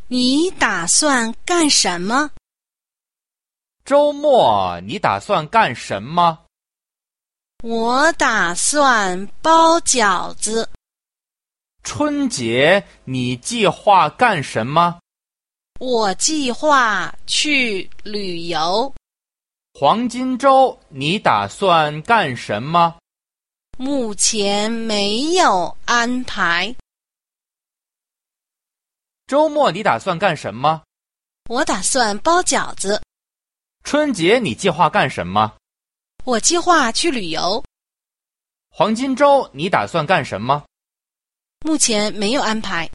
你打算干什么？ 周末你打算干什么？ 我打算包饺子。 春节你计划干什么？ 我计划去旅游。 黄金周你打算干什么？ 目前没有安排。 周末你打算干什么？ 我打算包饺子。 春节你计划干什么？ 我计划去旅游。 黄金周你打算干什么？ 目前没有安排。